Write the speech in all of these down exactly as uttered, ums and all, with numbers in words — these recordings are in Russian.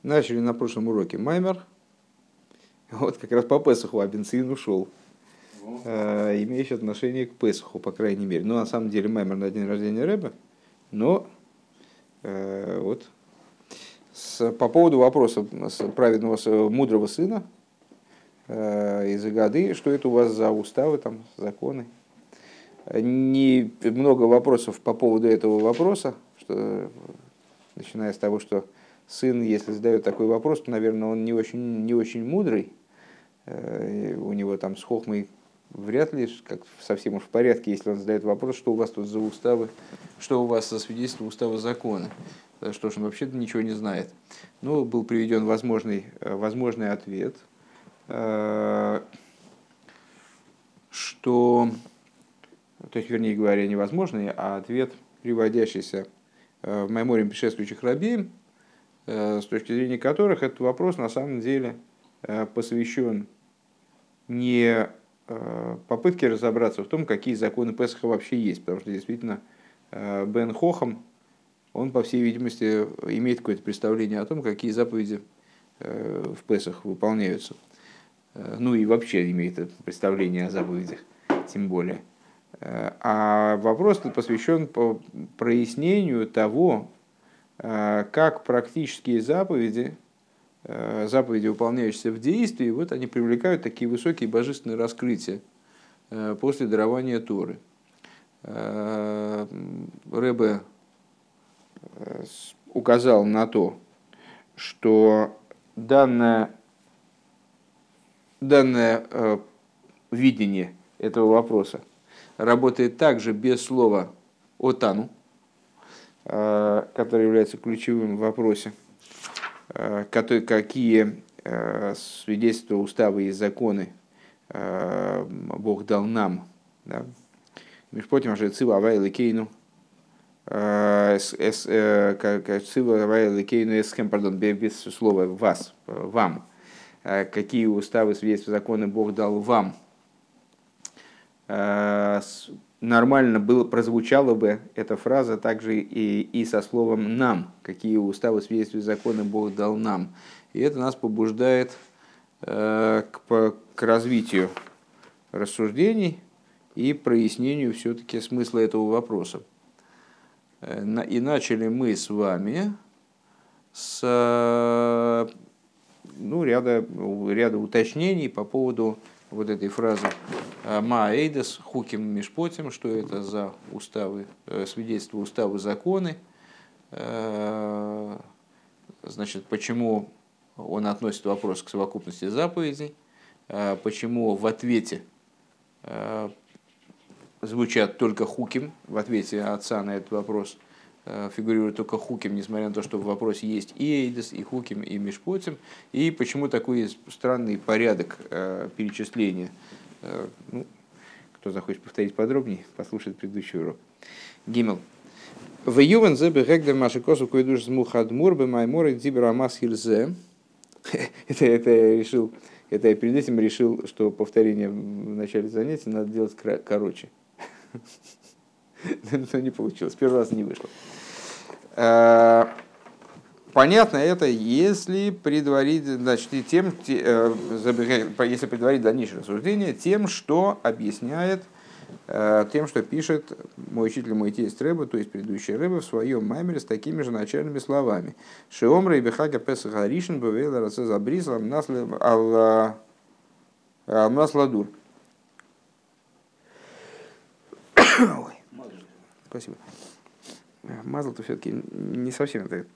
Начали на прошлом уроке Маймер. Вот как раз по Песаху Абинцин ушел, э, имеющий отношение к Песаху, по крайней мере. Ну, на самом деле, Маймер на день рождения Ребе, но э, вот с, по поводу вопроса с праведного, с, мудрого сына э, из Агады, что это у вас за уставы, там, законы. Не много вопросов по поводу этого вопроса, что, начиная с того, что сын, если задает такой вопрос, то, наверное, он не очень, не очень мудрый. У него там с хохмой вряд ли как совсем уж в порядке, если он задает вопрос, что у вас тут за уставы, что у вас за свидетельство устава закона. Что ж, он вообще-то ничего не знает. Но был приведен возможный, возможный ответ, что, то есть, вернее говоря, невозможный, а ответ, приводящийся в Майморе предшествующих рабеем, с точки зрения которых этот вопрос на самом деле посвящен не попытке разобраться в том, какие законы Песаха вообще есть, потому что действительно Бен Хохам, он, по всей видимости, имеет какое-то представление о том, какие заповеди в Песах выполняются. Ну и вообще имеет представление о заповедях, тем более. А вопрос посвящен по прояснению того, как практические заповеди, заповеди, выполняющиеся в действии, вот они привлекают такие высокие божественные раскрытия после дарования Торы. Ребе указал на то, что данное, данное видение этого вопроса работает также без слова «отану», который является ключевым в вопросе, какие свидетельства, уставы и законы Бог дал нам. Межпотим же цива авай лекейну, цива авай лекейну эсхем, пардон, без слова вас, вам. Какие уставы, свидетельства, законы Бог дал вам. Нормально было, прозвучала бы эта фраза также и, и со словом «нам», какие уставы, свидетельства, законы Бог дал нам. И это нас побуждает э, к, к развитию рассуждений и прояснению все-таки смысла этого вопроса. И начали мы с вами с ну, ряда, ряда уточнений по поводу вот этой фразы «Маэйдес хуким мишпотим», что это за уставы, свидетельства, уставы, законы. Значит, почему он относит вопрос к совокупности заповедей, почему в ответе звучат только хуким, в ответе отца на этот вопрос фигурирует только хуким, несмотря на то, что в вопросе есть и эйдес, и хуким, и мишпотим, и почему такой странный порядок перечисления. Ну, кто захочет повторить подробнее, послушает предыдущий урок. Гимел. В ювен зе бегегдер машикосу койдуш змухадмур бы маймор и дзибрамас хильзе. Это это я решил, это я перед этим решил, что повторение в начале занятия надо делать короче. Но не получилось, первый раз не вышло. Понятно это, если предварить, значит, и тем, если предварить дальнейшее рассуждение тем, что объясняет, тем, что пишет мой учитель, мой тесть Ребе, то есть предыдущий Ребе, в своем маймере с такими же начальными словами. Шеомра и бехага песах аришин бавейла расе забрис алмасладур. Спасибо. Мазал-то все-таки не совсем это.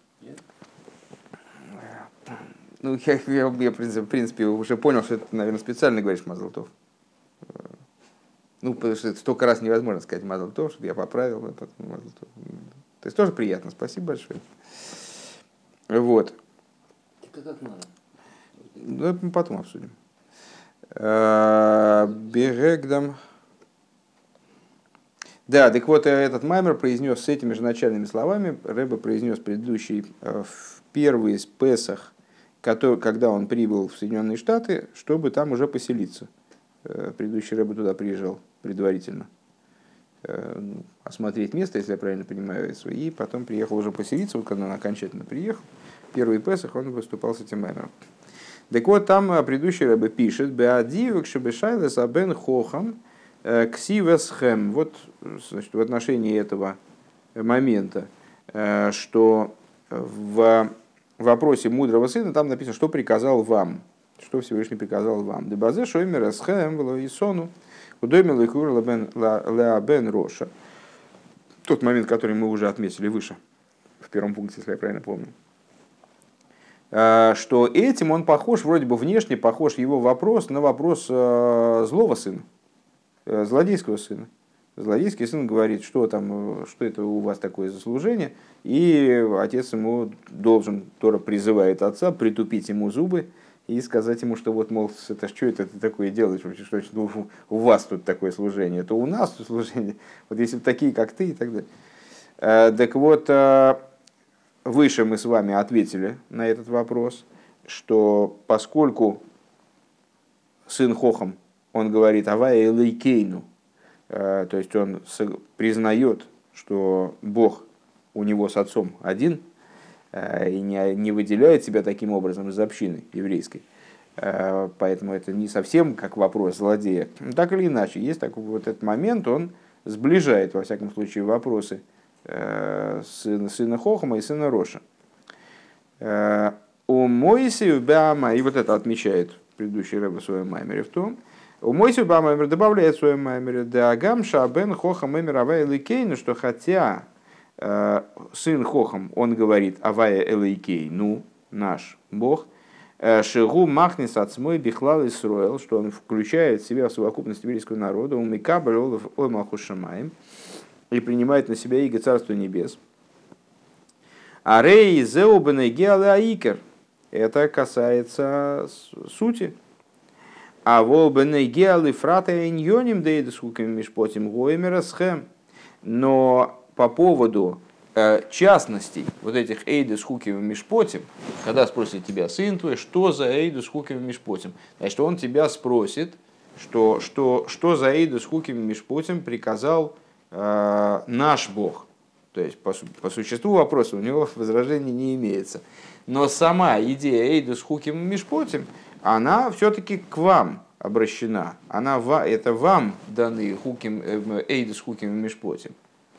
Ну, я, я, я, в принципе, уже понял, что это, наверное, специально говоришь мазал-тов. Ну, потому что это столько раз невозможно сказать мазал-тов, чтобы я поправил. А потом мазал-тов. То есть тоже приятно. Спасибо большое. Вот. Это как надо? Ну, это мы потом обсудим. Берегдам. Да, так вот, этот маймер произнес с этими же начальными словами. Ребе произнес предыдущий в первый из Песах, который, когда он прибыл в Соединенные Штаты, чтобы там уже поселиться. Предыдущий Ребе туда приезжал предварительно осмотреть место, если я правильно понимаю, и потом приехал уже поселиться, вот когда он окончательно приехал, первый Песах он выступал с этим маймером. Так вот, там предыдущий рэбе пишет, «Беадивек шебешайлес абен хохам ксивесхэм». Вот, значит, в отношении этого момента, что в вопросе мудрого сына там написано, что приказал вам, что Всевышний приказал вам. «Дебазе шоймер эсхэм вло исону удоймел икур леабен роша». Тот момент, который мы уже отметили выше, в первом пункте, если я правильно помню. Что этим он похож, вроде бы внешне похож его вопрос на вопрос злого сына, злодейского сына. Злодейский сын говорит, что, там, что это у вас такое за служение, и отец ему должен, Тора призывает отца притупить ему зубы и сказать ему, что вот, мол, это что это ты такое делаешь, что, что у вас тут такое служение, то у нас тут служение, вот если бы такие, как ты, и так далее. Так вот, выше мы с вами ответили на этот вопрос, что поскольку сын Хохам, он говорит «Авая элейкейну», то есть он признает, что Бог у него с отцом один, и не, не выделяет себя таким образом из общины еврейской. Поэтому это не совсем как вопрос злодея. Но так или иначе, есть такой вот этот момент, он сближает, во всяком случае, вопросы сына, сына Хохама и сына Роша. У Моисея Бама, и вот это отмечает предыдущий рэбе в своем маймере, в том, у Моисея Бама добавляет в своем маймере, Дагам Шабен Хохам Эмер Авая Элейкейну, что хотя э, сын Хохам, он говорит Авая Элейкейну, наш Бог, Шигу Махнис Ацмой Бихлал Исроэл, что он включает в себя в совокупность еврейского народа, у Микабель Олов Оймаху Шамаем, и принимает на себя иго Царства Небес. А Рей Зеу Бенегеале Аикер, это касается сути. А во Бенегеале Фрата Иньоним Дейдес Хуким Мишпотим Гоймера Схэм. Но по поводу э, частностей вот этих Эйдес Хуким Мишпотим, когда спросит тебя сын твой, что за Эйдес Хуким Мишпотим, значит, он тебя спросит, что, что, что за Эйдес Хуким Мишпотим приказал э, наш Бог. То есть, по, по существу вопроса у него возражений не имеется. Но сама идея Эйдус Хуким Мишпотим, она все-таки к вам обращена. Она, это вам даны хуким, Эйдус Хуким Мишпотим.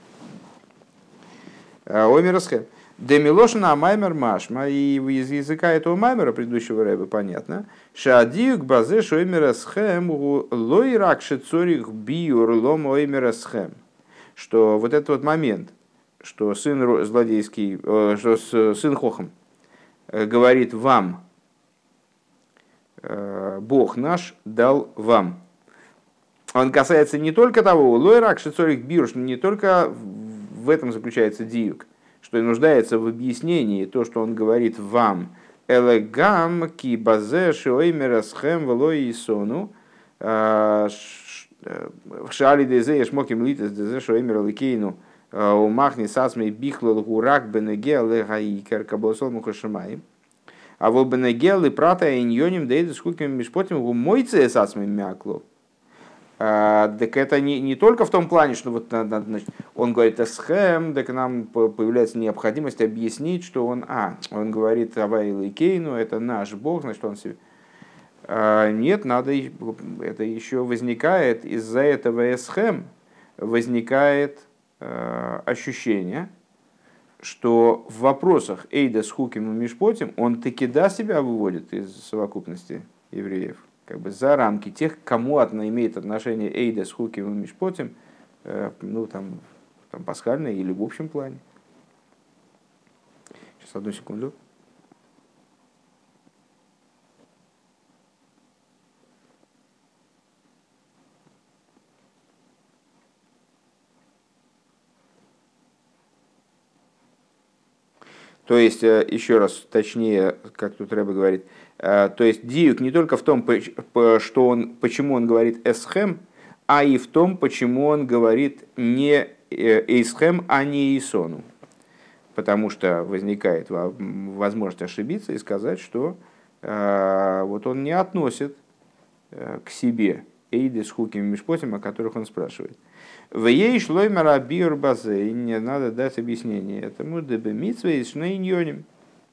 Омерасхем. Демилошина Маймер Машма. И из языка этого Маймера, предыдущего рэба, понятно. Шадиюк базе шоймерасхем лойрак шецорих биюр лом оймерасхем. Что вот этот вот момент, что сын злодейский, что сын Хохам говорит вам, Бог наш дал вам. Он касается не только того, лойрак шицорих бирш, не только в этом заключается диюк, что и нуждается в объяснении то, что он говорит вам. Элегам ки базе шоймерасхем велой исону шали дезе шмоким литес дезе шоймер ликейну умахни сасмей бихлол гурак бенеге легаикер каблосол мухашимай. А вот бенегел и прата иньоним дейдус хуким мишпотим гумойце сасмей мякло. Так это не, не только в том плане, что вот, значит, он говорит эсхэм, так нам появляется необходимость объяснить, что он, а, он говорит авай лейкейну, это наш Бог, значит, он себе... Нет, надо, это еще возникает, из-за этого эсхэм возникает ощущение, что в вопросах Эйда с Хуким и Мишпотим он таки да себя выводит из совокупности евреев, как бы за рамки тех, к кому одно имеет отношение Эйда с Хуким и Мишпотим, ну там, там пасхальное или в общем плане. Сейчас, одну секунду. То есть, еще раз, точнее, как тут Рэбе говорит, то есть диюк не только в том, что он, почему он говорит эсхэм, а и в том, почему он говорит не эсхэм, а не исону. Потому что возникает возможность ошибиться и сказать, что вот он не относит к себе эйды с хуким мишпотим, о которых он спрашивает. В ей шло марабир базе, и не надо дать объяснение этому, дебе митсве и шнейньоним,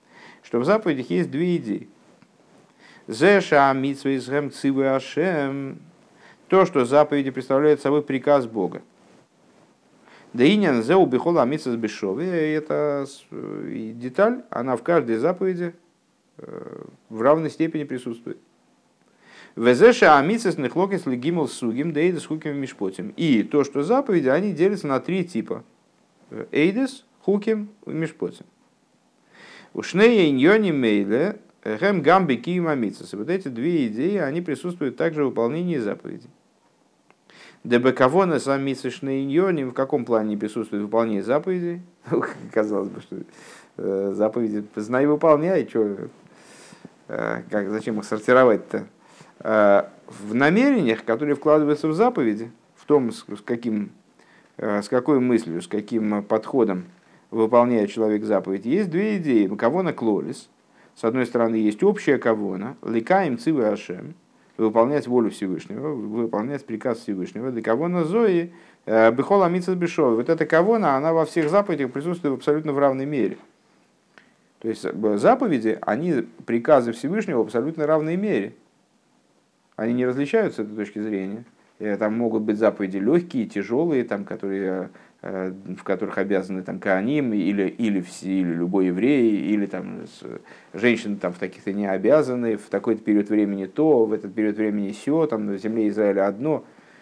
что в заповедях есть две идеи. Зеша митсвейсгэм цивы ашем. То, что заповеди представляют собой приказ Бога. Да и не назеу бихола митсвэс бешовы. Это деталь, она в каждой заповеди в равной степени присутствует. Везеша амитсвэс нехлокес легимл сугим дейдес хуким мишпотим. И то, что заповеди, они делятся на три типа. Эйдес, хуким и мишпотим. Ушнея иньони мейле хэм гамби киим амитсвэс. Вот эти две идеи, они присутствуют также в выполнении заповедей. Дебекавона сам митсвэшней иньони в каком плане присутствует выполнение заповедей? Казалось бы, что заповеди знай и выполняй, что, как, зачем их сортировать-то? В намерениях, которые вкладываются в заповеди, в том, с, каким, с какой мыслью, с каким подходом выполняет человек заповедь, есть две идеи. Кавона клолис. С одной стороны, есть общая кавона, ликаем цивы ашем, выполнять волю Всевышнего, выполнять приказ Всевышнего. Для кавона зои, бихола митсвэс бешовы. Вот эта кавона, она во всех заповедях присутствует абсолютно в равной мере. То есть заповеди, они приказы Всевышнего в абсолютно равной мере. Они не различаются с этой точки зрения. Там могут быть заповеди легкие, тяжелые, там, которые, в которых обязаны там, коаним, или, или, все, или любой еврей, или там, женщины там, в таких-то не обязаны, в такой-то период времени то, в этот период времени сё, там, на земле Израиля одно.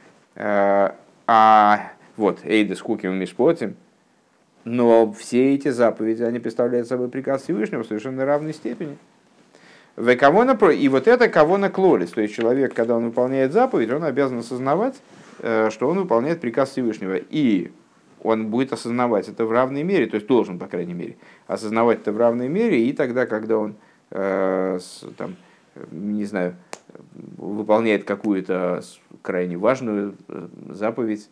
А вот, эйдес хуким и мишпотим. Но все эти заповеди, они представляют собой приказ Всевышнего в совершенно равной степени. И вот это кавона клолис, то есть человек, когда он выполняет заповедь, он обязан осознавать, что он выполняет приказ Всевышнего. И он будет осознавать это в равной мере, то есть должен, по крайней мере, осознавать это в равной мере, и тогда, когда он, там, не знаю, выполняет какую-то крайне важную заповедь,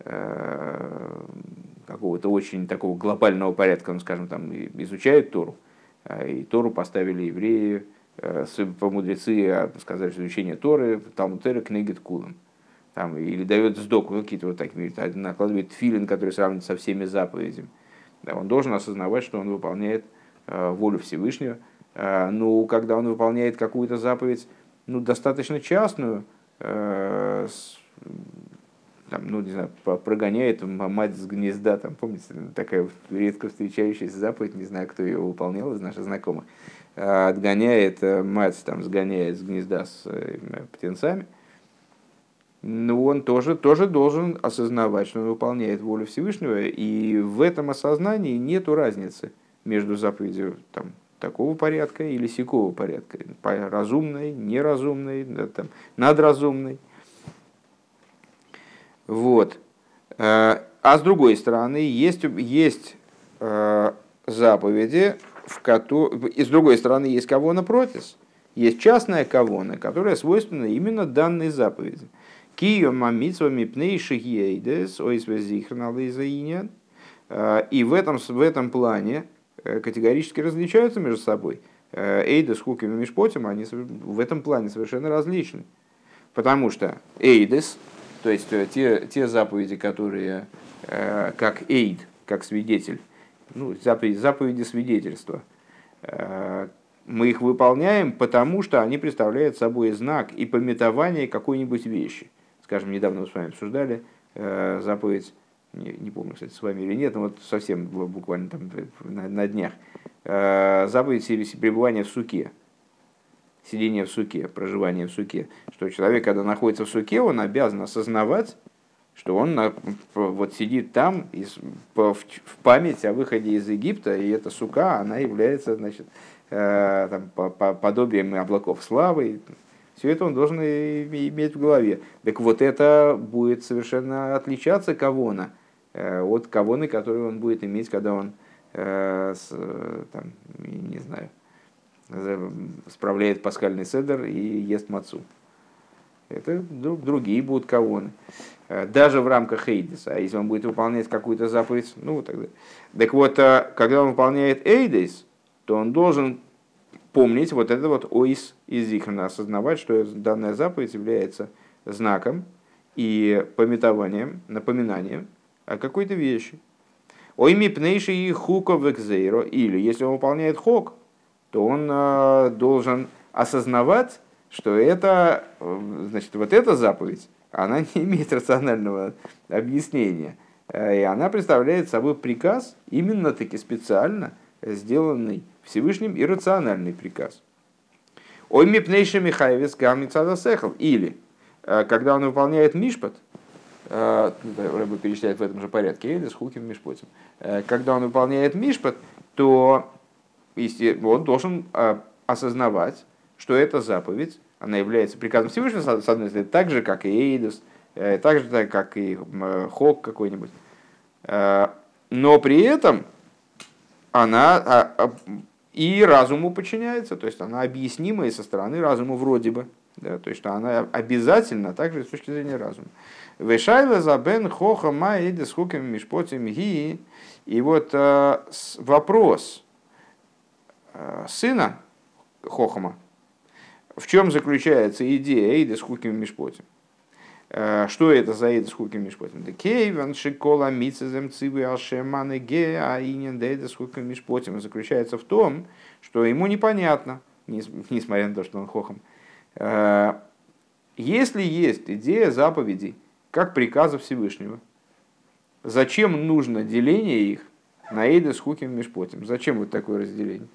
какого-то очень такого глобального порядка, он, скажем, там, изучает Тору, и Тору поставили евреи, по мудрецы сказали, что изучение Торы, Талмуд Тора, книгет кулам. Там, или дает сдоку, какие-то вот такие, накладывает тфилин, который сравнивает со всеми заповедями. Да, он должен осознавать, что он выполняет э, волю Всевышнего. Э, но когда он выполняет какую-то заповедь, ну, достаточно частную, э, с, там, ну, не знаю, прогоняет мать с гнезда, там, помните, такая редко встречающаяся заповедь, не знаю, кто ее выполнял из наших знакомых, отгоняет, мать там сгоняет с гнезда с птенцами, но он тоже, тоже должен осознавать, что он выполняет волю Всевышнего, и в этом осознании нет разницы между заповедью там, такого порядка или сякого порядка, разумной, неразумной, да, там, надразумной. Вот. А с другой стороны, есть, есть заповеди, в которой, и с другой стороны, есть кавона протис, есть частная кавона, которая свойственна именно данной заповеди. Кио мамитсвами пнейших ейдес, ойсвезихрнализаинян. И в этом, в этом плане категорически различаются между собой. Эйдес, хуким и мишпотим, они в этом плане совершенно различны. Потому что эйдес, то есть те, те заповеди, которые как эйд, как свидетель, ну, заповеди, заповеди свидетельства, мы их выполняем, потому что они представляют собой знак и памятование какой-нибудь вещи. Скажем, недавно мы с вами обсуждали заповедь, не, не помню, кстати, с вами или нет, но вот совсем буквально там на, на днях, заповедь пребывания в суке, сидение в суке, проживание в суке, что человек, когда находится в суке, он обязан осознавать, что он вот сидит там и в память о выходе из Египта, и эта сука, она является, значит, там, подобием облаков славы. Все это он должен иметь в голове. Так вот это будет совершенно отличаться кавона от кавоны, которую он будет иметь, когда он, там, не знаю, справляет пасхальный седер и ест мацу. Это другие будут кавоны. Даже в рамках эйдеса. А если он будет выполнять какую-то заповедь, ну тогда. Так вот, когда он выполняет эйдес, то он должен помнить вот это вот ойс из зихрана, осознавать, что данная заповедь является знаком и памятованием, напоминанием о какой-то вещи. Ойми пнейши и хуко векзейро, или если он выполняет хок, то он э, должен осознавать, что это, э, значит, вот эта заповедь, она не имеет рационального объяснения. Э, и она представляет собой приказ, именно-таки специально сделанный Всевышним иррациональный приказ. Ой мипнейший михаевец гамицадасехал. Или, э, когда он выполняет мишпат, э, Рэбе перечисляет в этом же порядке, или с хуким мишпотем, э, когда он выполняет мишпат, то он должен осознавать, что эта заповедь, она является приказом Всевышнего, с одной стороны, так же, как и Эйдос, так же, как и Хок какой-нибудь. Но при этом она и разуму подчиняется, то есть она объяснимая со стороны разума вроде бы. Да, то есть что она обязательно, также с точки зрения разума. Вешайла за бен хоха ма эйдес хуким мишпотим ги. И вот вопрос сына Хохама, в чем заключается идея Эйдес Хуким Мишпотим? Что это за Эйдес Хуким Мишпотим? Кейван шикола мицезем цивы ашеманы ге аинен Эйдес Хуким Мишпотим заключается в том, что ему непонятно, несмотря на то, что он Хохам, если есть идея заповедей как приказов Всевышнего, зачем нужно деление их на Эйдес Хуким Мишпотим? Зачем вот такое разделение?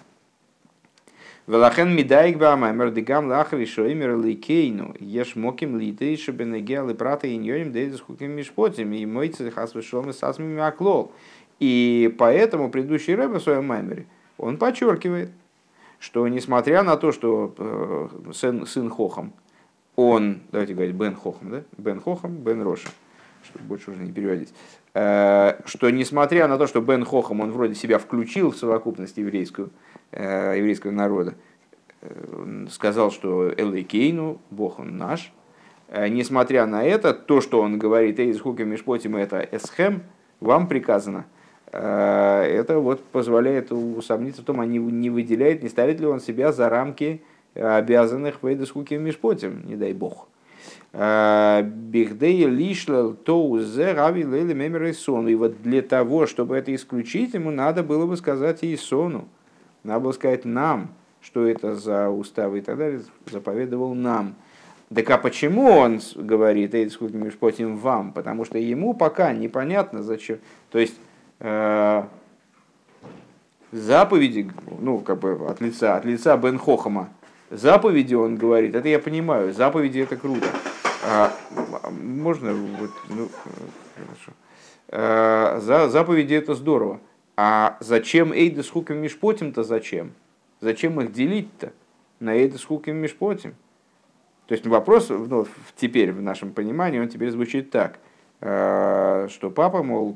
Велахен мидайк баамаймер дигам лахри шоимер лейкейну еш моким литей шебенегел и прата иньоним дейдес хуким мишпотим и мойцы хасвешом и сасмими аклол. И поэтому предыдущий рэбе в своем маймере, он подчеркивает, что несмотря на то, что э, сын, сын Хохам, он, давайте говорить, Бен Хохам, да? Бен Хохам, Бен Роша, чтобы больше уже не переводить, э, что несмотря на то, что Бен Хохам, он вроде себя включил в совокупность еврейскую, еврейского народа, сказал, что Элейкейну, Бог он наш. Несмотря на это, то, что он говорит, «Эйз хуким мишпотим» это эсхем, вам приказано, это вот позволяет усомниться в том, а не, не выделяет, не ставит ли он себя за рамки обязанных в «Эйз хуким мишпотим», не дай Бог. Бихдей лишлал тоузе рави лейли мемер исону. И вот для того, чтобы это исключить, ему надо было бы сказать Исону. Надо было сказать нам, что это за уставы и так далее, заповедовал нам. Так а почему он говорит «Эйдес хуким мишпотим» вам? Потому что ему пока непонятно зачем. То есть э, заповеди, ну как бы от лица, от лица Бен Хохама, заповеди он говорит, это я понимаю, заповеди это круто. А, можно вот, ну, хорошо. А, за, заповеди это здорово. А зачем Эйдес хуким мишпотим-то зачем? Зачем их делить-то на Эйдес хуким мишпотим? То есть вопрос, ну, теперь в нашем понимании, он теперь звучит так, что папа, мол,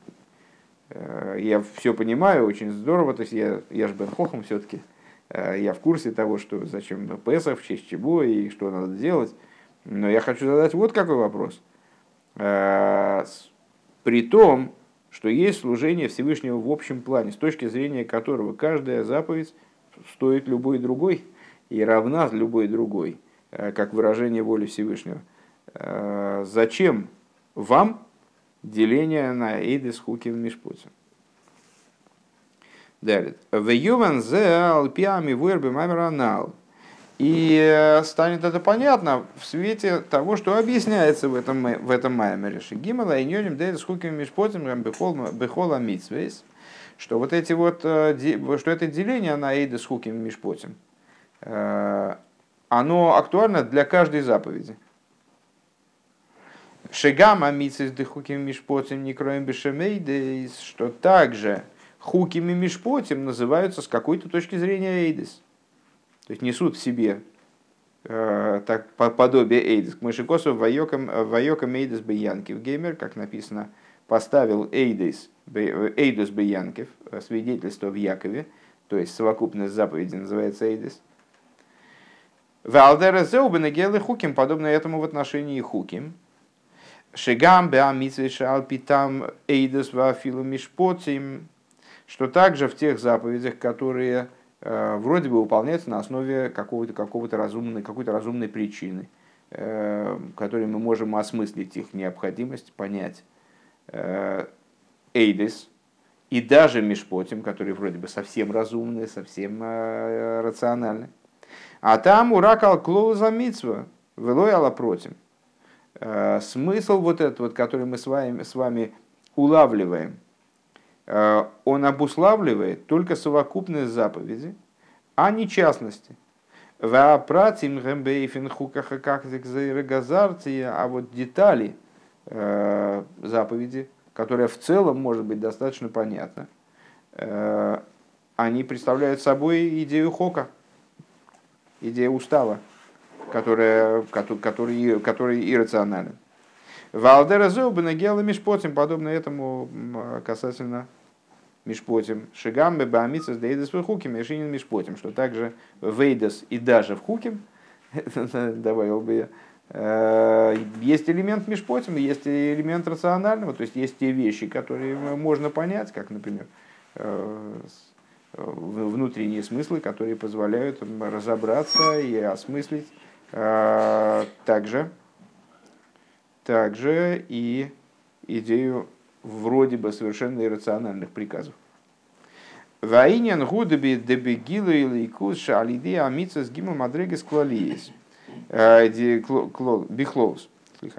я все понимаю, очень здорово, то есть я, я же Бен Хохам все-таки, я в курсе того, что зачем Песах, в честь чего и что надо делать, но я хочу задать вот какой вопрос. При том, что есть служение Всевышнего в общем плане, с точки зрения которого каждая заповедь стоит любой другой и равна любой другой, как выражение воли Всевышнего. Зачем вам деление на Эйдес хуким мишпотим? Далее. Вьюван зе алпиами вырбе маймеранал. И станет это понятно в свете того, что объясняется в этом, в этом маймере. Гимала иньоним Эйдес хуким мишпотим бехола митсвейс. Что вот эти вот, что это деление на Эйдес хуким мишпотим, оно актуально для каждой заповеди. Шегама митсвейс де хуким мишпотим не кроем бешемейдейс, что также хуким и мишпотим называются с какой-то точки зрения Эйдес. То есть несут в себе э, так, подобие Эйдес. К Мышикосу вайокам Эйдес Беянкив Геймер, как написано, поставил Эйдес, Эйдес Беянкив, свидетельство в Якове, то есть совокупность заповедей называется Эйдес. Валдера Зеубенегелы Хуким, подобно этому в отношении Хуким. Шигам Беамитвешал Питам Эйдес Вафилу Мишпотим, что также в тех заповедях, которые вроде бы выполняется на основе какого-то, какого-то разумной, какой-то разумной причины, которой мы можем осмыслить их необходимость, понять. Эйдес, и даже мишпотим, которые вроде бы совсем разумные, совсем э, рациональны. А там уракал клоуза митцва, велояла против. Э, смысл вот этот, вот, который мы с вами, с вами улавливаем, э, он обуславливает только совокупность заповеди, а не частности. А вот детали э, заповеди, которая в целом может быть достаточно понятна, э, они представляют собой идею хока, идею устава, которая, который, который иррационален. Валдера зеубана гела мишпотим, подобно этому касательно мишпотим. Шигамбе баамицас дейдес в хуким, мешинин мишпотим, что также вейдес и даже в хуким, добавил бы я, есть элемент мишпотим, есть элемент рационального, то есть есть те вещи, которые можно понять, как, например, внутренние смыслы, которые позволяют разобраться и осмыслить. Также, также и идею вроде бы совершенно иррациональных приказов. Ваинян гудеби дебегилу или куша алидея амица с гимом адрегес клалиес. Бихлоус.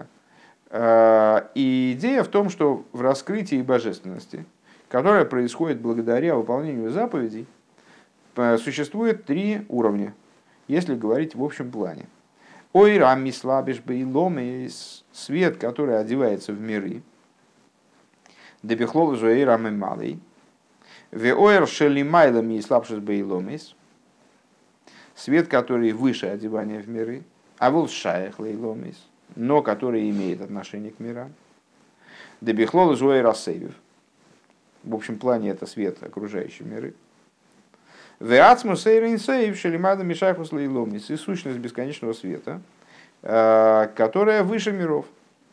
И идея в том, что в раскрытии божественности, которая происходит благодаря выполнению заповедей, существует три уровня, если говорить в общем плане. Ойра мислабиш бейлом, свет, который одевается в миры. Дебихлов зуэйра мемалей. Веойр шелимайла мислабшис бейломис. Свет, который выше одевания в миры. А вол шаях лейломис, но который имеет отношение к мирам. Дебихлов зуэйра сейвив. В общем плане это свет, окружающий миры. Веацмус эйрин сейв шелимайла мишайхус лейломис. И сущность бесконечного света, которая выше миров.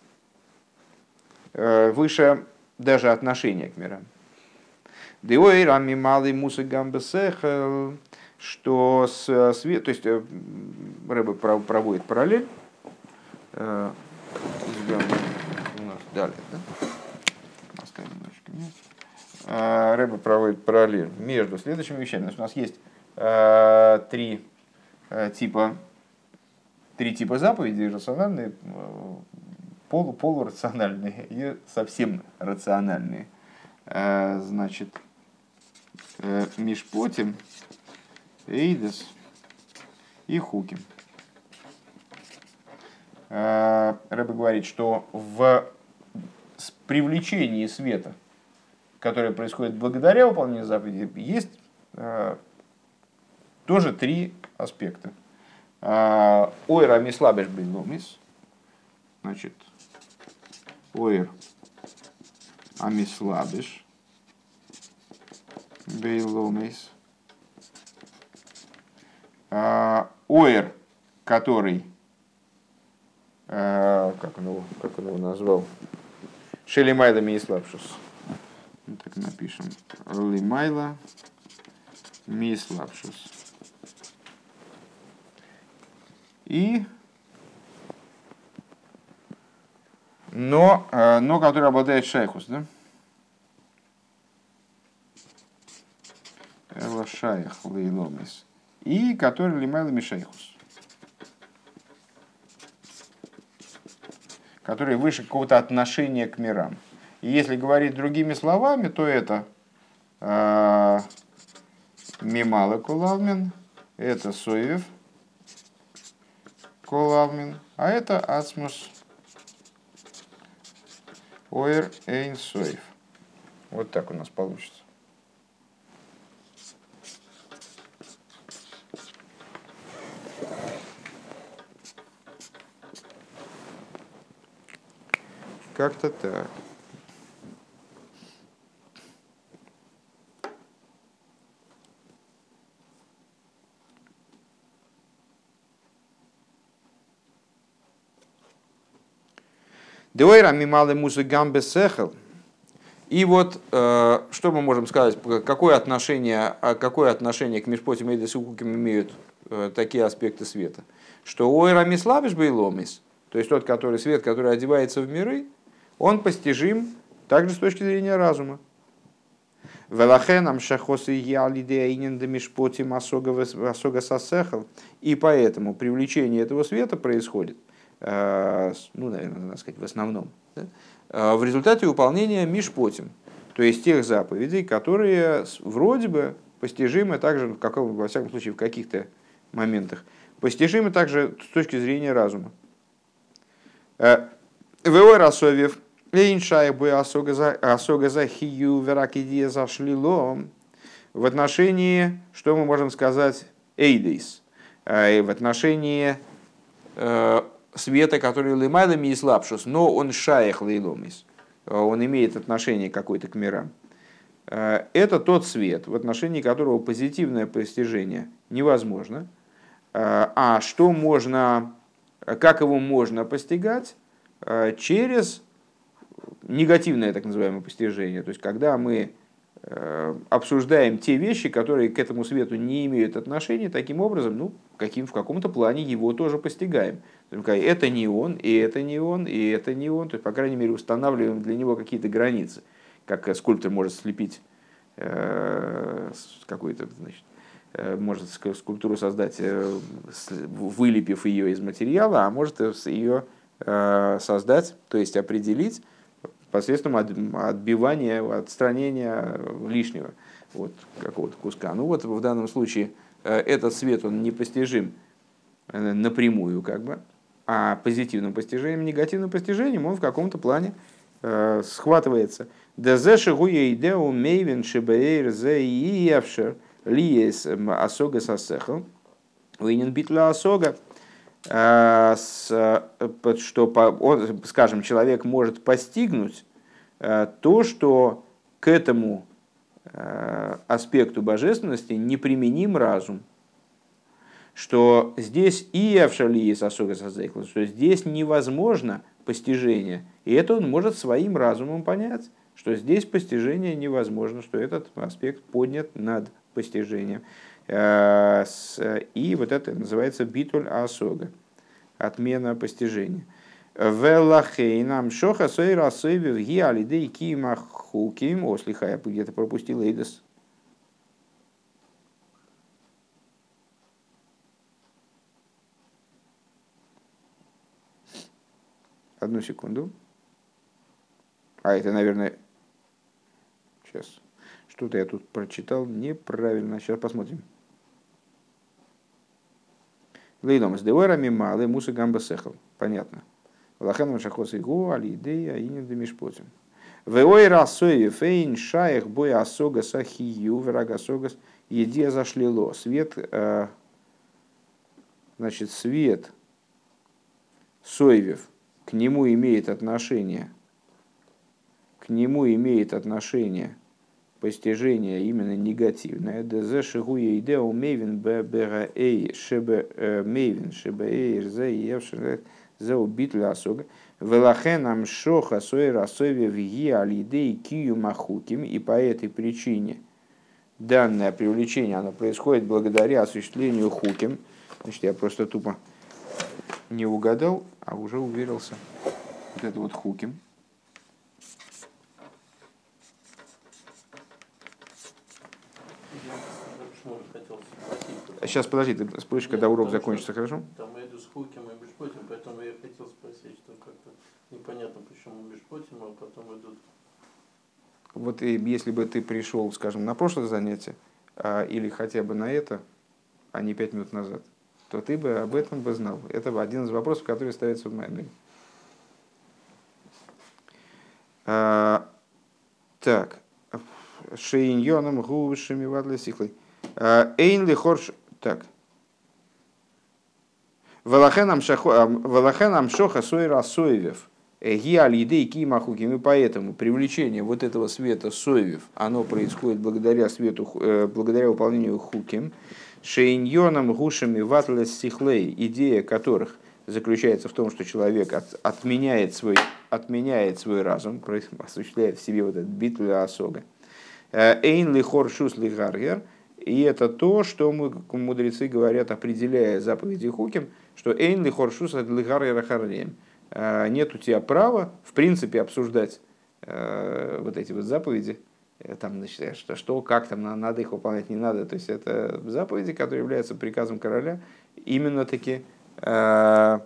Выше даже отношение к мирам. Деойрами малый мусагамбесехал, что свет, то есть Рэбе проводит параллель. У нас далее, да? Оставим немножко вниз. Рэбе проводит параллель между следующими вещами. Значит, у нас есть э, три э, типа три типа заповедей: рациональные, полу, полурациональные и совсем рациональные. Э, значит, э, мишпотим, эйдес и хуким. Э, Рэбе говорит, что в привлечении света, которое происходит благодаря выполнению заповедей, есть э, тоже три аспекта. Ойр амислабеш бейломис, значит, ойр амислабеш бейломис, ойр, который, как он его, как он его назвал, шелимайла мислабшус. Так напишем. Лимайла мислабшус. И но, но который обладает шайхус, да? Эла шайх лейломис. И который лимайла мишайхус. Который выше какого-то отношения к мирам. И если говорить другими словами, то это э, мимала кулавмин, это соев кулавмин, а это ацмус ойр эйн соев. Вот так у нас получится. Как-то так. Деойра мималы мусагамбе сехел. И вот, э, что мы можем сказать, какое отношение, какое отношение к мишпотим и десукуким имеют э, такие аспекты света? Что ойра мислабиш бейломис, то есть тот, который свет, который одевается в миры, он постижим также с точки зрения разума. Велахенам шахосы ялидеинен демишпотим асога сасехал. И поэтому привлечение этого света происходит, ну, наверное, надо сказать, в основном, да, в результате выполнения мишпотим, то есть тех заповедей, которые вроде бы постижимы также, как, во всяком случае, в каких-то моментах, постижимы также с точки зрения разума. Веой расовев, в отношении, что мы можем сказать, эйдейс, в отношении э, света, который лымадами и слабшус, но он шаях лейломис, он имеет отношение какое-то к мирам. Это тот свет, в отношении которого позитивное постижение невозможно. А что можно, как его можно постигать? Через негативное так называемое постижение. То есть, когда мы обсуждаем те вещи, которые к этому свету не имеют отношения, таким образом, ну, каким, в каком-то плане его тоже постигаем. Это не он, и это не он, и это не он. То есть, по крайней мере, устанавливаем для него какие-то границы. Как скульптор может слепить какой-то, значит, может скульптуру создать, вылепив ее из материала, а может ее создать, то есть определить посредством отбивания, отстранения лишнего, вот, какого-то куска. Ну вот в данном случае этот свет, он непостижим напрямую, как бы, а позитивным постижением, негативным постижением он в каком-то плане э, схватывается. Дезеши гуя идеу мейвен шебеэр зе иевшер лиес асога сасехал винен битла асога, что, скажем, человек может постигнуть то, что к этому аспекту божественности неприменим разум, что здесь и авшалиес асога сасехал, что здесь невозможно постижение, и это он может своим разумом понять, что здесь постижение невозможно, что этот аспект поднят над постижением. И вот это называется битуль асога, отмена постижения. Велахейнам шоха сойра сойвев гиалидей кима хуким. О, слиха, я где-то пропустил эйдес. Одну секунду. А, это, наверное... Сейчас. Что-то я тут прочитал неправильно. Сейчас посмотрим. Лейлом с деорами малы мусы гамба сехал. Понятно. Лаханом шахос игу алидея и не демишпотим. Веой расой фейн шаях боя асога сахию врагасогас едия зашлило. Свет, э, значит, свет сойвев к нему имеет отношение, к нему имеет отношение постижение именно негативное. Дз шигуя идео мейвен ббра эй шебе мейвен шебе эй рзе евшер зе убитля асога велахенам шоха сойра сойве вги алидей кию махуким. И по этой причине данное привлечение оно происходит благодаря осуществлению хуким. Значит, я просто тупо не угадал, а уже уверился. Вот это вот хуким. Сейчас, подожди, ты спросишь, когда урок закончится, хорошо? Там я иду с хуким и мишпотим, поэтому я хотел спросить, что как-то непонятно, почему мишпотим, а потом идут. Вот и если бы ты пришел, скажем, на прошлое занятие, а, или хотя бы на это, а не пять минут назад, то ты бы об этом бы знал. Это один из вопросов, который ставится в Маймере. А, так. Шейньоном гувшими вадле сихлой. Эйнли хорш... Так. Валахенам шоха сойра сойвев. Гиалидей кимахуким. И поэтому привлечение вот этого света сойвев, оно происходит благодаря свету, благодаря выполнению хуким. Шейньоном гушами ватле сихлей. Идея которых заключается в том, что человек от, отменяет, свой, отменяет свой разум, осуществляет в себе вот этот битву асога. Эйн ли хоршус ли гаргер. И это то, что мы, мудрецы говорят, определяя заповеди хуким, что эйн ли хоршус ли гаргер ахарлеем. Нет у тебя права, в принципе, обсуждать вот эти вот заповеди там, значит, что, что, как там, надо их выполнять, не надо. То есть это заповеди, которые являются приказом короля, именно таки э,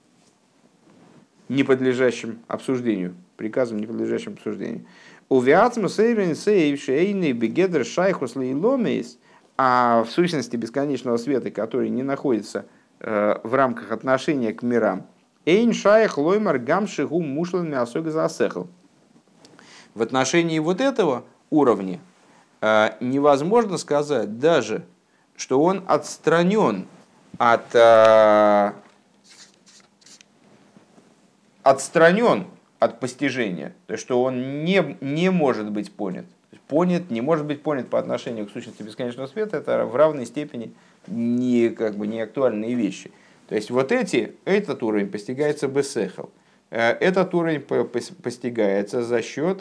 не подлежащим обсуждению, приказом, не подлежащим обсуждению. Увиацму сейрен сейв шейный бегедр шайхус лейломейс, а в сущности бесконечного света, который не находится э, в рамках отношения к мирам, эйн шайх лоймар гамши гум мушлан мясога засехал. В отношении вот этого уровня э, невозможно сказать даже, что он отстранен от э, отстранен от постижения, то есть что он не, не может быть понят. Понят, не может быть понят по отношению к сущности бесконечного света, это в равной степени не, как бы, не актуальные вещи. То есть вот эти, этот уровень постигается бесехал. Этот уровень постигается за счет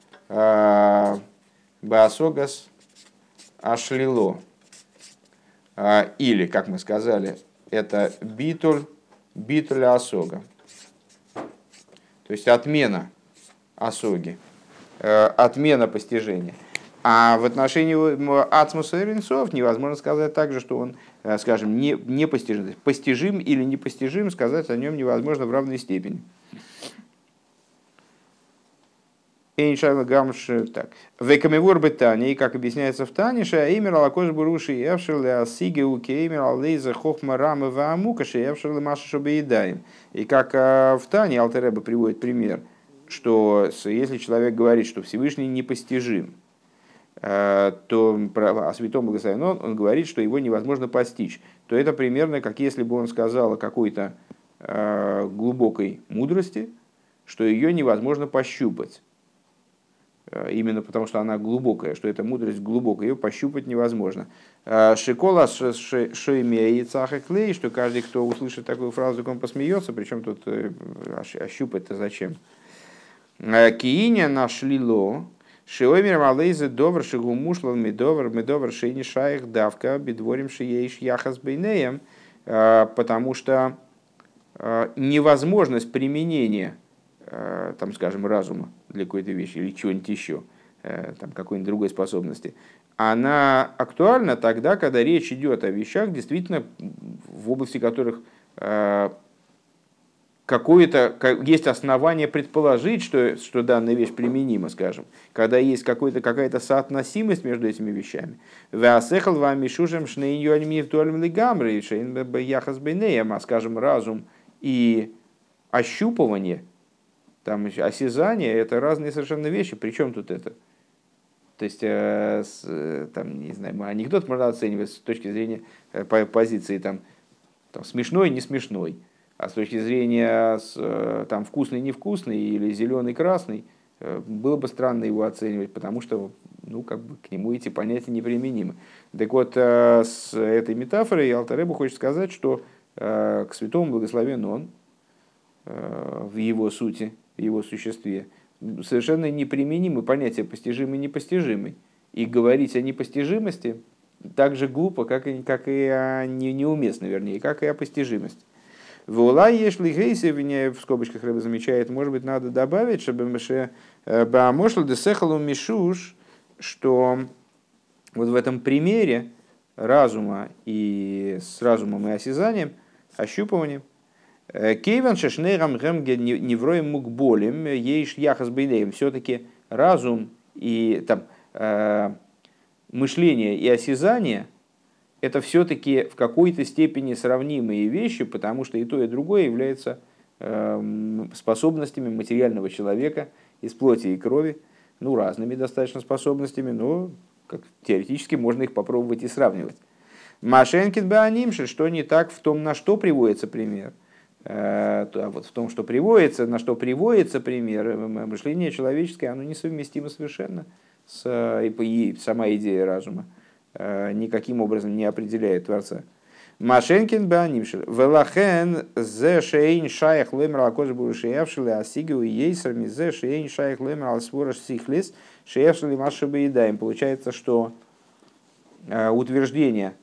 баасогас ашлило. Или, как мы сказали, это битуль, битуль асога. То есть отмена осоги, отмена постижения. А в отношении ацмуса и ренцов невозможно сказать также, что он, скажем, не, не постижим. Постижим или непостижим, сказать о нем невозможно в равной степени. Так. Векамевор бетани, как объясняется в Танише, имер алакош буруши евшил асиге укеймер алейза хохма рамы ваамукаши евшил маши шобеедаем. И как в Тане Алтер Ребе приводит пример, что если человек говорит, что Всевышний непостижим, то о святом благословенном он, он говорит, что его невозможно постичь, то это примерно как если бы он сказал о какой-то глубокой мудрости, что ее невозможно пощупать. Именно потому, что она глубокая, что эта мудрость глубокая, ее пощупать невозможно. Шикола шеймия и цахаклей, что каждый, кто услышит такую фразу, он посмеется, причем тут ощупать-то зачем? Кииня нашлило, шиомер малейзе довар шигу мушлал медовар медовар шейни шаих давка бедворим шиеиш яхас бейнеем, потому что невозможность применения, там, скажем, разума для какой-то вещи или чего-нибудь еще, там, какой-нибудь другой способности, она актуальна тогда, когда речь идет о вещах, действительно, в области которых какое-то, есть основание предположить, что, что данная вещь применима, скажем, когда есть какой-то, какая-то соотносимость между этими вещами. А, скажем, разум и ощупывание, там, осязание — это разные совершенно вещи. Причем тут это? То есть, э, с, там, не знаю, анекдот можно оценивать с точки зрения э, по позиции там, там, смешной, не смешной, а с точки зрения с, э, там, вкусный, невкусный или зеленый, красный, э, было бы странно его оценивать, потому что ну, как бы, к нему эти понятия неприменимы. Так вот, э, с этой метафорой Алтер Ребе хочет сказать, что э, к святому благословен он э, в его сути, в его существе, совершенно неприменимы понятия постижимый и непостижимый. И говорить о непостижимости так же глупо, как и, как и о не, неуместно, вернее, как и о постижимости. В скобочках Ребе замечает, может быть, надо добавить, чтобы Баамошл десехалу мишуш, что вот в этом примере разума и с разумом и осязанием, ощупыванием, Кейван шешнейрам гэмге невроем мукболем ейш яхас бейнеем. Все-таки разум и там, э, мышление и осязание — это все-таки в какой-то степени сравнимые вещи, потому что и то, и другое является э, способностями материального человека из плоти и крови, ну, разными достаточно способностями, но как, теоретически можно их попробовать и сравнивать. Машенкин беанимши, что не так в том, на что приводится пример. А вот в том, что приводится, на что приводится пример, мышление человеческое, оно несовместимо совершенно с и сама идея разума никаким образом не определяет Творца. Машенкин беанимши велахен зе шейн шаях лемер алкош бурушеявшили асигу ейсерми зе шейн шаях лемер алсвораш сихлис шеявшили машебеедаем. Получается, что утверждение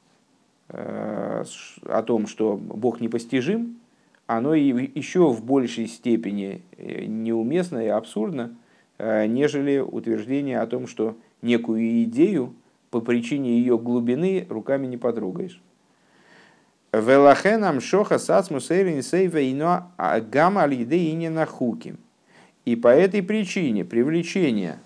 о том, что Бог непостижим, оно еще в большей степени неуместно и абсурдно нежели утверждение о том, что некую идею по причине ее глубины руками не потрогаешь. Велахенам шоха сацмус эйрин сейва ино гамма алиды инина хуки. И по этой причине привлечение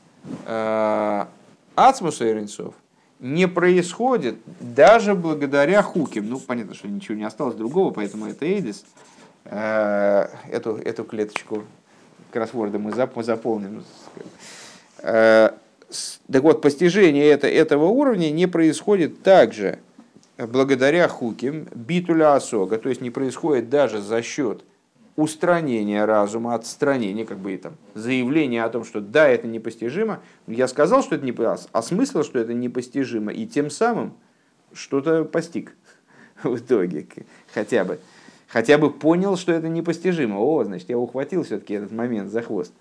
ацмус эйринцов не происходит даже благодаря хуким. Ну, понятно, что ничего не осталось другого, поэтому это эйдис. Эту, эту клеточку кроссворда мы заполним. Так вот, постижение это, этого уровня не происходит также благодаря хуким битуля осога, то есть не происходит даже за счет устранения разума, отстранения, как бы там, заявления о том, что да, это непостижимо. Я сказал, что это непостижимо, осмыслил, что это непостижимо, и тем самым что-то постиг в итоге, хотя бы. Хотя бы понял, что это непостижимо. О, значит, я ухватил все-таки этот момент за хвост.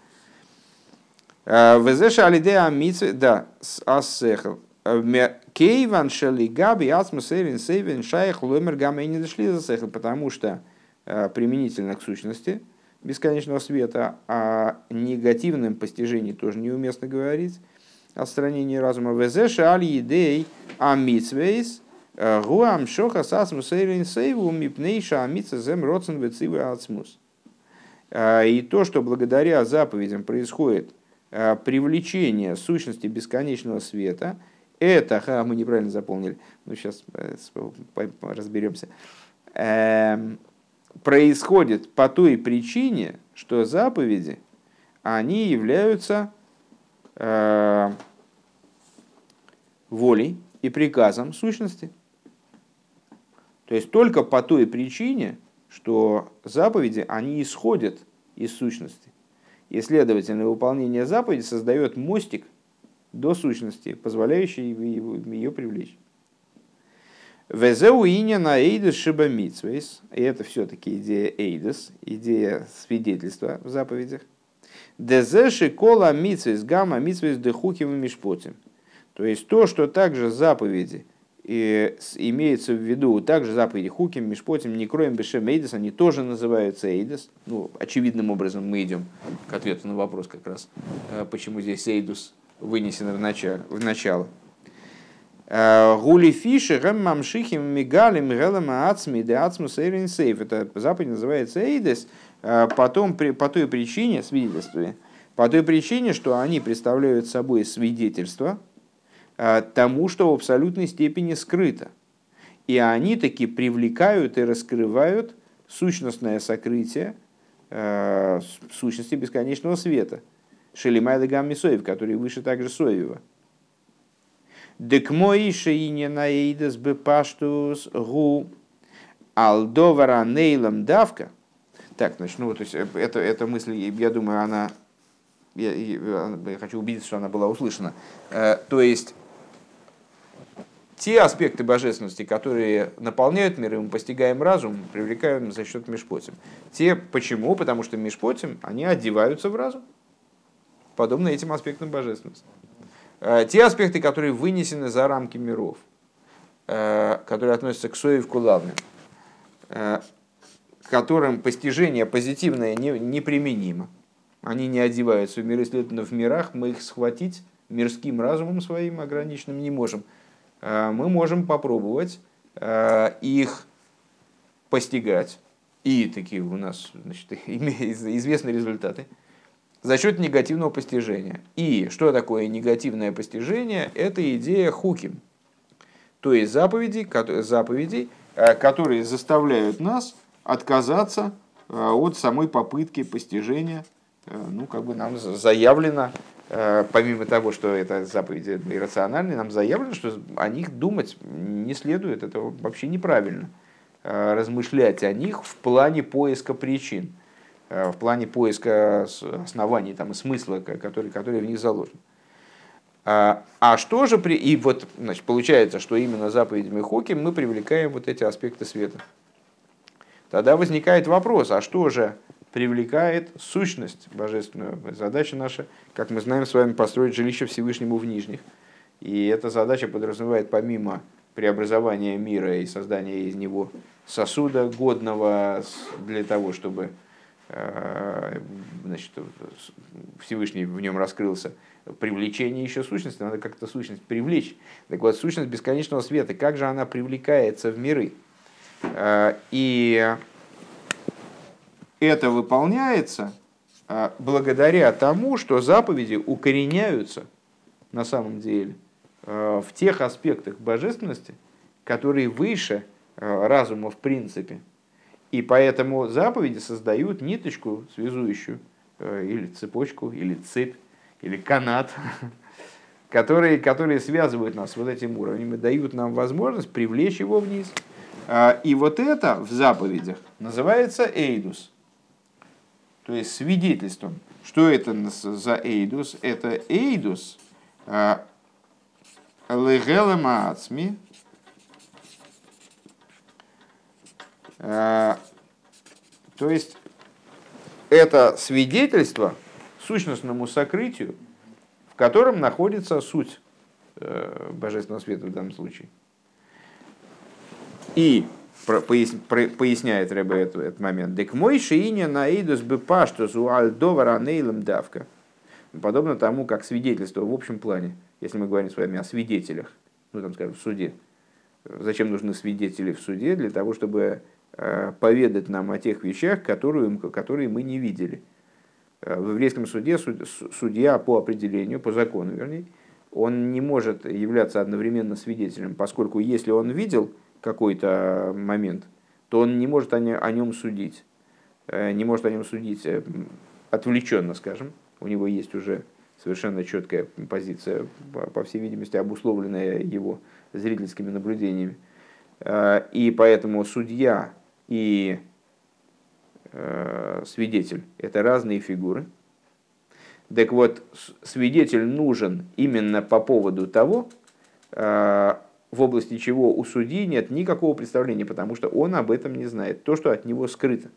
Везеша алидея амитсве, да, асехал. Кейван шалигаби ацмусерин сейвен шаях ломер гамма и не дошли за сехал, потому что применительно к сущности бесконечного света, о негативном постижении тоже неуместно говорить, отстранении разума. Везеша алидей амитсвейс. Гуам шоха сасмус эйрин сейву мипнейша амитса зем родсен вецивы ацмус. И то, что благодаря заповедям происходит привлечение сущности бесконечного света, это, ха, мы неправильно заполнили, ну сейчас разберемся, происходит по той причине, что заповеди, они являются волей и приказом сущности. То есть только по той причине, что заповеди, они исходят из сущности. И, следовательно, выполнение заповеди создает мостик до сущности, позволяющий ее привлечь. Везеуиня на эйдес шибамитсвейс. И это все-таки идея эйдес, идея свидетельства в заповедях. Дезеши кола митсвейс гамма митсвейс дехуким и мишпотим. То есть то, что также заповеди, и имеется в виду также заповеди хуким, мишпотим, не кроем бешем эйдес, они тоже называются эйдес. Ну, очевидным образом мы идем к ответу на вопрос как раз, почему здесь эйдус вынесено в начало. В начало. Гули фиши гэм мамшихим мигалим гэлэм ацми де ацмус эйрин сейф. Это заповедь называется эйдес потом, по той причине, свидетельстве, по той причине, что они представляют собой свидетельство тому, что в абсолютной степени скрыто. И они таки привлекают и раскрывают сущностное сокрытие э, сущности бесконечного света. Шелимай легам мисоев, который выше также Соева. Дек мой шеине наэйдес бепаштус гу алдовара нейлам давка. Так, значит, ну вот, то есть, это, эта мысль, я думаю, она, я, я, я хочу убедиться, что она была услышана. Э, то есть, те аспекты божественности, которые наполняют мир, и мы постигаем разум, привлекаем за счет мишпотим. Те почему? Потому что мишпотим, они одеваются в разум, подобно этим аспектам божественности. Те аспекты, которые вынесены за рамки миров, которые относятся к соев кулавным, которым постижение позитивное неприменимо, они не одеваются в миры, следовательно, в мирах мы их схватить мирским разумом своим ограниченным не можем. Мы можем попробовать их постигать, и такие у нас, значит, известны результаты, за счет негативного постижения. И что такое негативное постижение? Это идея хуким, то есть заповедей, заповедей, которые заставляют нас отказаться от самой попытки постижения. Ну, как бы нам заявлено, помимо того, что это заповеди иррациональные, нам заявлено, что о них думать не следует, это вообще неправильно. Размышлять о них в плане поиска причин, в плане поиска оснований там, и смысла, который, который в них заложен. А что же при... И вот, значит, получается, что именно заповедями хуким мы привлекаем вот эти аспекты света. Тогда возникает вопрос, а что же привлекает сущность божественную? Задача наша, как мы знаем с вами, построить жилище Всевышнему в нижних. И эта задача подразумевает помимо преобразования мира и создания из него сосуда, годного для того, чтобы значит, Всевышний в нем раскрылся, привлечение еще сущности, надо как-то сущность привлечь. Так вот, сущность бесконечного света, как же она привлекается в миры? И это выполняется благодаря тому, что заповеди укореняются на самом деле в тех аспектах божественности, которые выше разума в принципе. И поэтому заповеди создают ниточку связующую, или цепочку, или цепь, или канат, которые, которые связывают нас с вот этим уровнем и дают нам возможность привлечь его вниз. И вот это в заповедях называется эйдус, то есть свидетельством. Что это за эйдус? Это эйдус легелема ацми, то есть это свидетельство сущностному сокрытию, в котором находится суть божественного света в данном случае. И поясняет Ребе этот, этот момент. Дек мой шииня наидус бепа, что зуаль довара нейлем давка. Подобно тому, как свидетельство в общем плане, если мы говорим с вами о свидетелях, ну там скажем в суде. Зачем нужны свидетели в суде? Для того, чтобы поведать нам о тех вещах, которые, которые мы не видели. В еврейском суде судья по определению, по закону, вернее, он не может являться одновременно свидетелем, поскольку если он видел какой-то момент, то он не может о нем судить, не может о нем судить отвлеченно, скажем. У него есть уже совершенно четкая позиция, по всей видимости, обусловленная его зрительскими наблюдениями. И поэтому судья и свидетель – это разные фигуры. Так вот, свидетель нужен именно по поводу того, в области чего у судьи нет никакого представления, потому что он об этом не знает, то, что от него скрыто.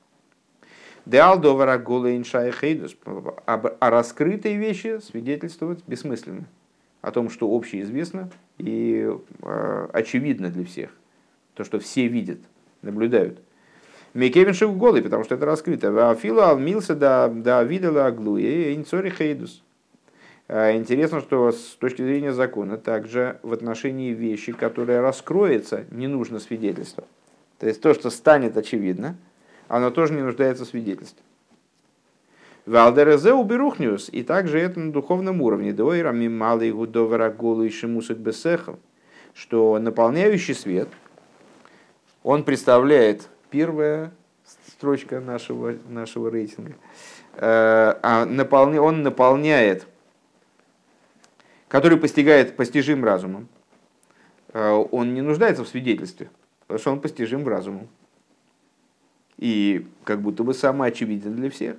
О раскрытой вещи свидетельствовать бессмысленно. О том, что общеизвестно и очевидно для всех. То, что все видят, наблюдают. Мекевиншев голый, потому что это раскрыто. Вафила алмился да видела аглуе инцори хейдус. Интересно, что с точки зрения закона, также в отношении вещи, которая раскроется, не нужно свидетельство. То есть то, что станет очевидно, оно тоже не нуждается в свидетельстве. Валдерезе уберухниус, и также это на духовном уровне. Доирами малый гудовара голу и шимусок бесехал, что наполняющий свет, он представляет первая строчка нашего, нашего рейтинга, а он наполняет, который постигает постижим разумом, он не нуждается в свидетельстве, потому что он постижим разумом. И как будто бы самоочевиден для всех.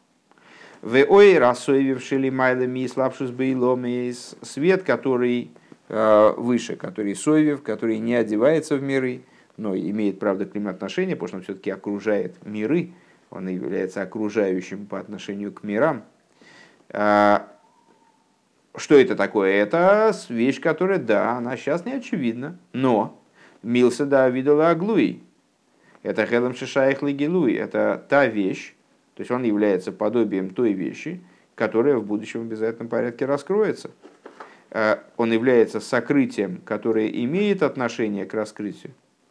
Свет, который выше, который соевев, который не одевается в миры, но имеет, правда, к ним отношение, потому что он все-таки окружает миры, он является окружающим по отношению к мирам. Что это такое? Это вещь, которая, да, она сейчас не очевидна, но милса да видела аглуи. Это хелем шишаих легилуи, это та вещь, то есть он является подобием той вещи, которая в будущем в обязательном порядке раскроется. Он является сокрытием, которое имеет отношение к раскрытию.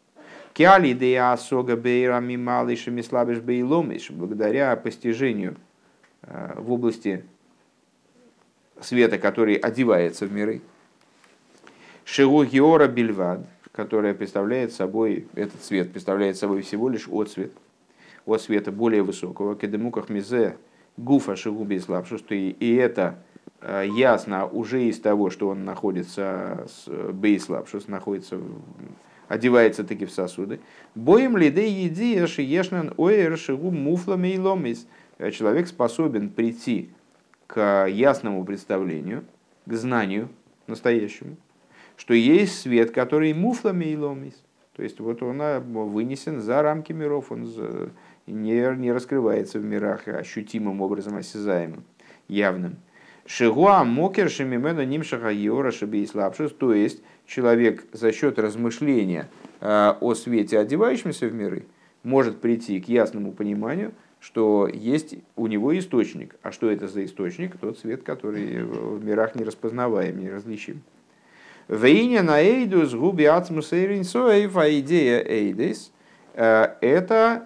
Благодаря постижению в области света, который одевается в миры. Шигу геора бельвад, которая представляет собой, этот свет представляет собой всего лишь отсвет, от света более высокого, кедемуках мизе гуфа шигуби слабшу, что и, и это ясно уже из того, что он находится с бейслабшус, находится, одевается таки в сосуды. Боем лидей еди шиешнан оэр шигу муфлами и ломис. Человек способен прийти к ясному представлению, к знанию настоящему, что есть свет, который муфлами и ломис. То есть вот он вынесен за рамки миров, он не, не раскрывается в мирах ощутимым образом, осязаемым, явным. Шигуа мокер шемимена нимшаха йора шебейслабшус, то есть человек за счет размышления о свете, одевающемся в миры, может прийти к ясному пониманию, что есть у него источник. А что это за источник? Тот свет, который в мирах не распознаваем, не различим. Вейня на эйдус губи ацмус эйринсоев, а идея эйдис – это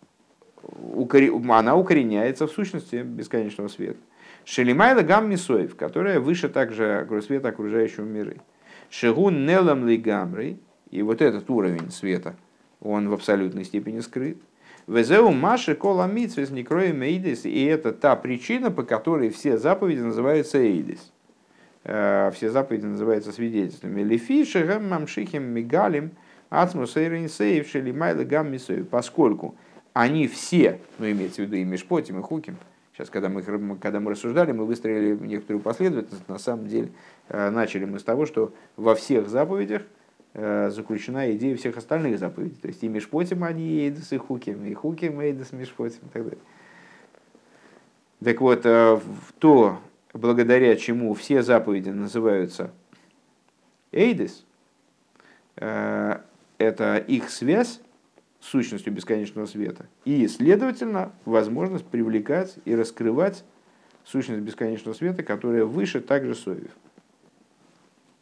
она укореняется в сущности бесконечного света. Шелимайла гаммисоев, которая выше также света окружающего мира. Шигун нелам ли гамрей, и вот этот уровень света, он в абсолютной степени скрыт. Везеу маши кола митсвес некроем эйдис, и это та причина, по которой все заповеди называются эйдис. Все заповеди называются свидетельствами. Лифи шегам мамшихим мигалим ацмус эйринсеев шелимайла гаммисоев, поскольку они все, ну имеется в виду и Мишпотим, и Хуким. Сейчас, когда мы, когда мы рассуждали, мы выстроили некоторую последовательность. На самом деле, начали мы с того, что во всех заповедях заключена идея всех остальных заповедей. То есть и Мишпотим, они и Эйдес, и Хуким, и Хуким, и Эйдес, Мишпотим, и так далее. Так вот, то, благодаря чему все заповеди называются Эйдес, это их связь с сущностью бесконечного света, и, следовательно, возможность привлекать и раскрывать сущность бесконечного света, которая выше также соев.